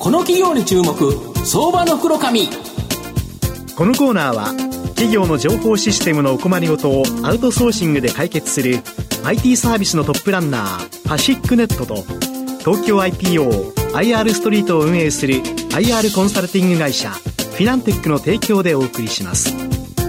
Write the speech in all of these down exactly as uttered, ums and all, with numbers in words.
この企業に注目、相場の福の神。 このコーナーは企業の情報システムのお困りごとをアウトソーシングで解決する アイティー サービスのトップランナーパシックネットと、東京 アイピーオー アイアール ストリートを運営する アイアール コンサルティング会社フィナンテックの提供でお送りします。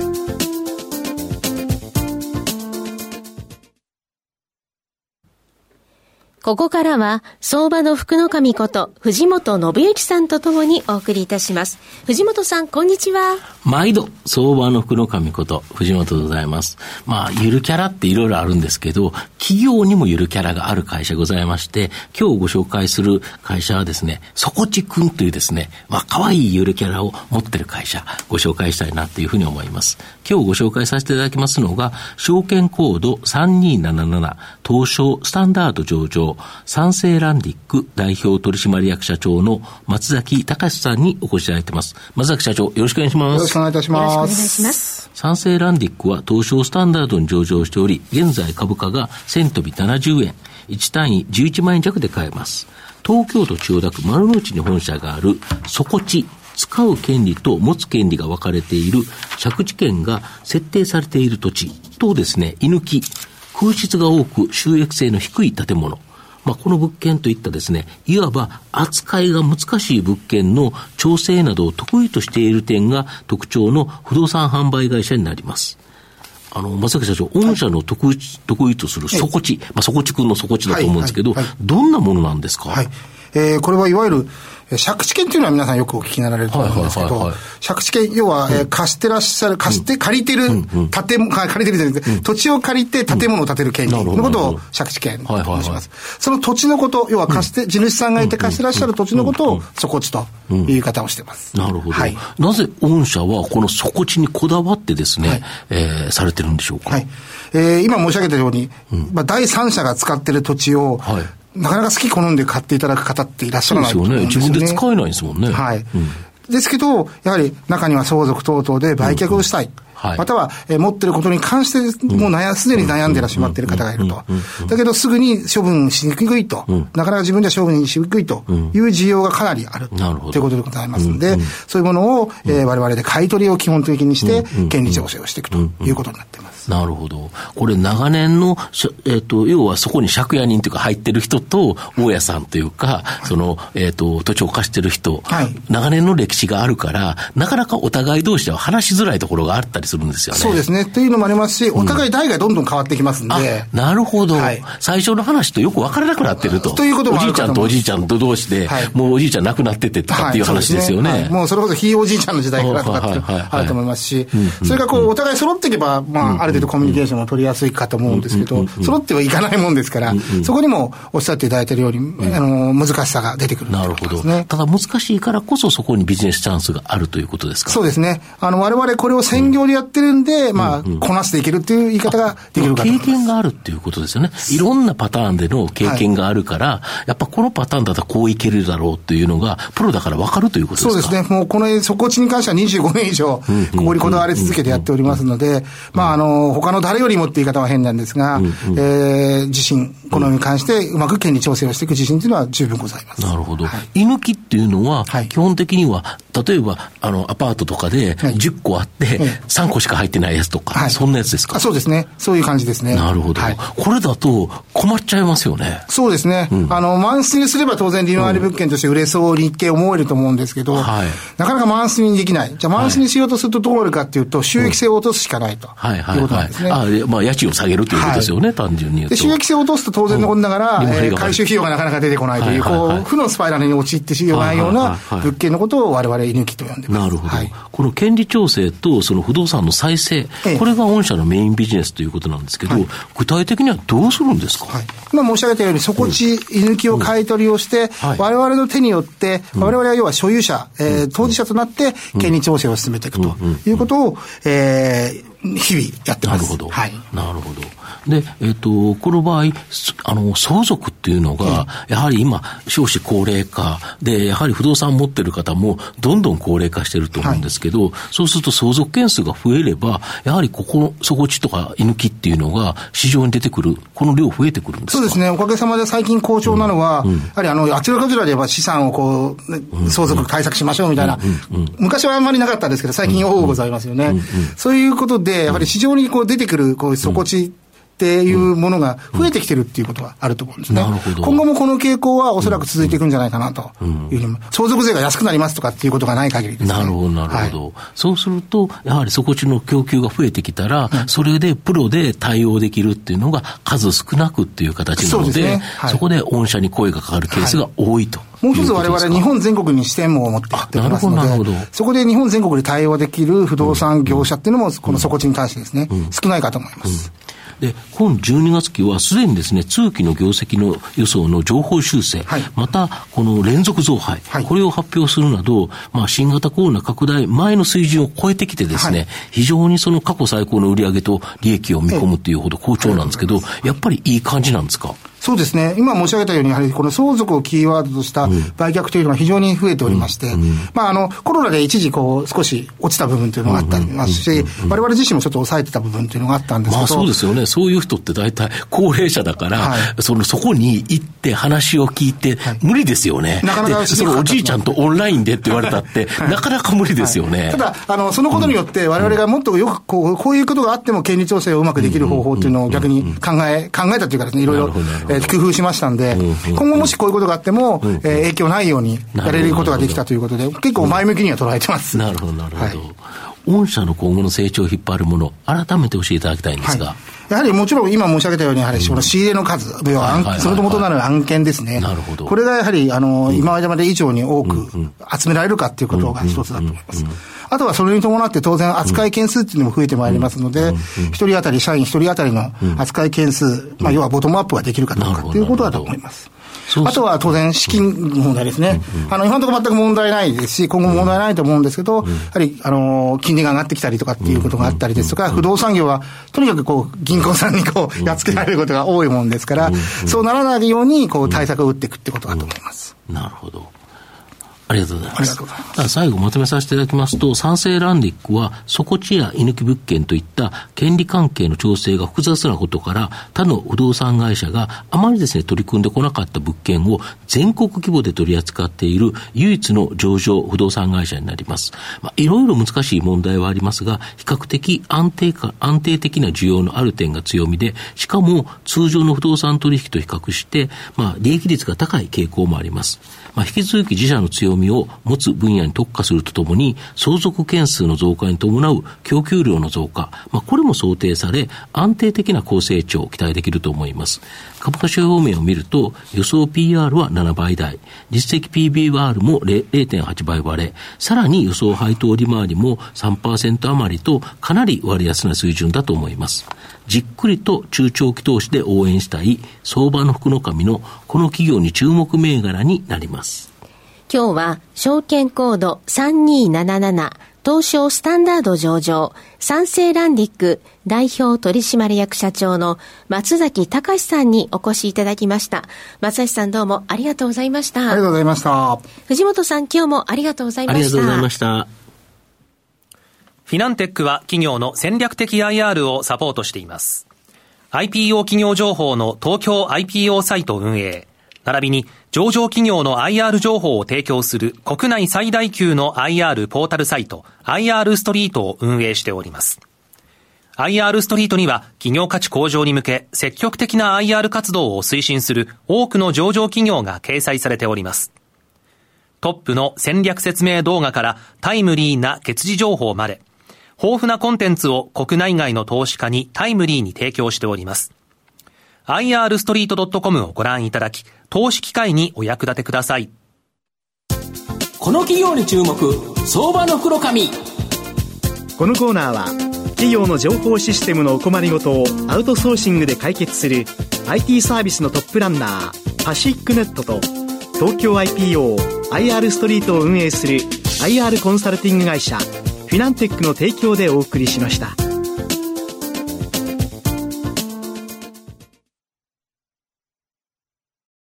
ここからは相場の福の神こと藤本信之さんとともにお送りいたします。藤本さん、こんにちは。 毎度相場の福の神こと藤本でございます。まあゆるキャラっていろいろあるんですけど、企業にもゆるキャラがある会社ございまして、今日ご紹介する会社はですね、底地くんというですね、まあ可愛いゆるキャラを持ってる会社ご紹介したいなというふうに思います。今日ご紹介させていただきますのが、証券コードさんにーなななな東証スタンダード上場三成ランディック代表取締役社長の松崎隆さんにお越しいただいています。松崎社長、よろしくお願いします。 よろしくお願いいたします。 よろしくお願いします。 三成ランディックは東証スタンダードに上場しており、現在株価がせん飛びななじゅうえん、いち単位じゅういちまんえん弱で買えます。東京都千代田区丸の内に本社がある底地、使う権利と持つ権利が分かれている借地権が設定されている土地とですね、居抜き、空室が多く収益性の低い建物、まあ、この物件といったですね、いわば扱いが難しい物件の調整などを得意としている点が特徴の不動産販売会社になります。あの、松崎社長、御社の得意、得意とする底地、まあ、底地くんの底地だと思うんですけど、はいはいはい、どんなものなんですか？ はい。えー、これはいわゆる借地権というのは皆さんよくお聞きになられると思うんですけど、はいはいはいはい、借地権、要は、うん、えー、貸してらっしゃる、貸して、借りてる建物、借りてるじゃなくて、うん、土地を借りて建物を建てる権利のことを借地権と申します。はいはいはい、その土地のこと、要は貸して、地主さんがいて貸してらっしゃる土地のことを底地という言い方をしています。 なるほど。はい、なぜ御社はこの底地にこだわってですね、はい、えー、されてるんでしょうか？ はい。えー、今申し上げたように、うん、まあ、第三者が使っている土地を、はい、なかなか好き好んで買っていただく方っていらっしゃらないと思うんですよね。 そうですよね。自分で使えないですもんね。 はい。うん、ですけど、やはり中には相続等々で売却をしたい。うんうん、はい、または、えー、持っていることに関してもう悩、すでに悩んでらっしまっている方がいると。だけどすぐに処分しにくいと。うん、なかなか自分では処分しにくいという需要がかなりあるということでございますので、うんうん、そういうものを、えー、我々で買い取りを基本的にして、権利調整をしていくということになっています。 なるほど。これ長年の、えっと、要はそこに借家人というか入ってる人と、大家さんというか、その、えっと、土地を貸してる人、はい、長年の歴史があるから、なかなかお互い同士では話しづらいところがあったりするんですよね。 そうですね。というのもありますし、お互い代がどんどん変わってきますんで。 うん、なるほど、はい。最初の話とよく分からなくなってると。 ということもあるかと思います。 おじいちゃんとおじいちゃんと同士で、はい、もうおじいちゃん亡くなっててとかっていう話ですよね。はい、そうですね。はい、もうそれこそひいおじいちゃんの時代からとかってあると思いますし、それがこう、お互い揃っていけば、まあ、ある程度コミュニケーションも取りやすいかと思うんですけど、揃ってはいかないもんですから、そこにもおっしゃっていただいているように、あの、難しさが出てくる、ね。なるほど。 ただ難しいからこそそこにビジネスチャンスがあるということですか？ そうですね。あの、我々これを専業でやってるんで、うん、まあ、うんうん、こなしていけるっていう言い方ができるかと思います。 経験があるっていうことですよね。いろんなパターンでの経験があるから、はい、やっぱこのパターンだったらこういけるだろうっていうのが、プロだから分かるということですか？ そうですね。もうこの底地に関してはにじゅうごねん以上、ここにこだわり続けてやっておりますので、まあ、あの、他の誰よりもって言い方は変なんですが、うんうん、えー、自身、このように関してうまく権利調整をしていく自信というのは十分ございます。 なるほど。はい、居抜きっていうのは、基本的には、例えば、あの、アパートとかでじゅっこあって、さんこしか入ってないやつとか、はい、そんなやつですか？ あ、そうですね。そういう感じですね。 なるほど。はい、これだと困っちゃいますよね。 そうですね。うん、あの、マンスリーすれば当然利回り物件として売れそうに一見思えると思うんですけど、うん、はい、なかなかマンスリーにできない。じゃあマンスリーしようとするとどうなるかっていうと、収益性を落とすしかないと。はいはいはい。いうことなんですね。 あ、まあ、家賃を下げるということですよね、はい、単純に言うと。 で、収益性を落とすと当然のことながら、うん、えー、回収費用がなかなか出てこないという、はいはいはい、こう、負のスパイラルに陥ってしまわないような物件のことを我々居抜きと呼んでます。 なるほど。はい、この権利調整とその不動産の再生、ええ、これが御社のメインビジネスということなんですけど、はい、具体的にはどうするんですか？はい、 今申し上げたように底地、居抜きを買い取りをして、うん、はい、我々の手によって、我々は要は所有者、えー、当事者となって権利調整を進めていくということを、えー、日々やってます。 なるほど。はい。なるほど。 で、えっと、この場合、あの、相続っていうのが、やはり今、少子高齢化で、やはり不動産を持っている方も、どんどん高齢化してると思うんですけど、はい、そうすると相続件数が増えれば、やはりここの底地とか居抜きっていうのが、市場に出てくる、この量増えてくるんですか？ そうですね。おかげさまで最近好調なのは、うんうん、やはりあの、あちらこちらで資産をこう、相続対策しましょうみたいな、うんうんうん、昔はあんまりなかったんですけど、最近多くございますよね。うんうんうん、そういうことで、やはり市場にこう出てくる、こう、底地、っていうものが増えてきてるっていうことはあると思うんですね。うん、今後もこの傾向はおそらく続いていくんじゃないかなというふうに、相続税が安くなりますとかっていうことがない限りですね。 なるほど、なるほど。はい、そうすると、やはり底地の供給が増えてきたら、うん、それでプロで対応できるっていうのが数少なくっていう形なの で, そ, で、ねはい、そこで御社に声がかかるケースが多いと。はい、 もう一つ我々日本全国に支店も持ってやっておりますので、そこで日本全国で対応できる不動産業者っていうのもこの底地に対してですね、うん、少ないかと思います。うんで、今じゅうにがつ期はすでにですね、通期の業績の予想の情報修正、はい、またこの連続増配、はい、これを発表するなど、まあ、新型コロナ拡大前の水準を超えてきてですね、はい、非常にその過去最高の売上と利益を見込むというほど好調なんですけど、はい、やっぱりいい感じなんですか？ そうですね。今申し上げたように、やはりこの相続をキーワードとした売却というのが非常に増えておりまして、うんうん、まああの、コロナで一時こう、少し落ちた部分というのがあったりますし、うんうんうん、我々自身もちょっと抑えてた部分というのがあったんですけど。まあそうですよね。そういう人って大体高齢者だから、はい、その、そこに行って話を聞いて、はい、無理ですよね。 なかなかで、そのおじいちゃんとオンラインでって言われたって、はい、なかなか無理ですよね。 はい、ただ、あの、そのことによって我々がもっとよくこう、こういうことがあっても権利調整をうまくできる方法というのを逆に考え、考えたというかですね、いろいろ、えー、工夫しましたんで、うんうん、今後もしこういうことがあっても、うんうん、えー、影響ないようにやれることができたということで、結構前向きには捉えてます。 なるほど、なるほど。はい、御社の今後の成長を引っ張るもの、改めて教えていただきたいんですが。はい、 やはりもちろん今申し上げたように、やはりその仕入れの数、うん、その元となる案件ですね。なるほど。これがやはり、あの、うん、今まで以上に多く集められるかっていうことが一つだと思います。あとはそれに伴って当然扱い件数っていうのも増えてまいりますので、一人当たり、社員一人当たりの扱い件数、まあ要はボトムアップができるかどうかっていうことだと思います。そうそう、あとは当然資金問題ですね。うんうん、あの、今のところ全く問題ないですし、今後も問題ないと思うんですけど、うん、やはり、あの、金利が上がってきたりとかっていうことがあったりですとか、うんうん、不動産業は、とにかくこう、銀行さんにこう、やっつけられることが多いもんですから、うんうん、そうならないように、こう、対策を打っていくってことだと思います。 うんうん、なるほど。ありがとうございます。ありがとうございます。最後まとめさせていただきますと、三成ランディックは底地や居抜き物件といった権利関係の調整が複雑なことから、他の不動産会社があまりですね、取り組んでこなかった物件を全国規模で取り扱っている唯一の上場不動産会社になります。まあ、いろいろ難しい問題はありますが、比較的安定か、安定的な需要のある点が強みで、しかも通常の不動産取引と比較して、まあ、利益率が高い傾向もあります。まあ、引き続き自社の強みを持つ分野に特化するとともに、相続件数の増加に伴う供給量の増加、まあ、これも想定され、安定的な高成長を期待できると思います。株価指標面を見ると、予想 ピーアール はななばい台、実績 ピービーアール も れいてんはちばい割れ、さらに予想配当利回りも さんパーセント 余りと、かなり割安な水準だと思います。じっくりと中長期投資で応援したい相場の福の神のこの企業に注目銘柄になります。 今日は証券コードさんにーなななな東証スタンダード上場三成ランディック代表取締役社長の松崎隆さんにお越しいただきました。松崎さん、どうもありがとうございました。 ありがとうございました。 藤本さん、今日もありがとうございました。 ありがとうございました。 フィナンテックは企業の戦略的 アイアール をサポートしています。アイピーオー 企業情報の東京 アイピーオー サイト運営、並びに上場企業の アイアール 情報を提供する国内最大級の アイアール ポータルサイト アイアール ストリートを運営しております。アイアール ストリートには企業価値向上に向け積極的な アイアール 活動を推進する多くの上場企業が掲載されております。トップの戦略説明動画からタイムリーな決時情報まで、豊富なコンテンツを国内外の投資家にタイムリーに提供しております。アイアールストリートドットコム をご覧いただき、投資機会にお役立てください。 この企業に注目、相場の福の神。 このコーナーは企業の情報システムのお困りごとをアウトソーシングで解決する アイティー サービスのトップランナーパシックネットと、東京 アイピーオー アイアール ストリートを運営する アイアール コンサルティング会社フィナンテックの提供でお送りしました。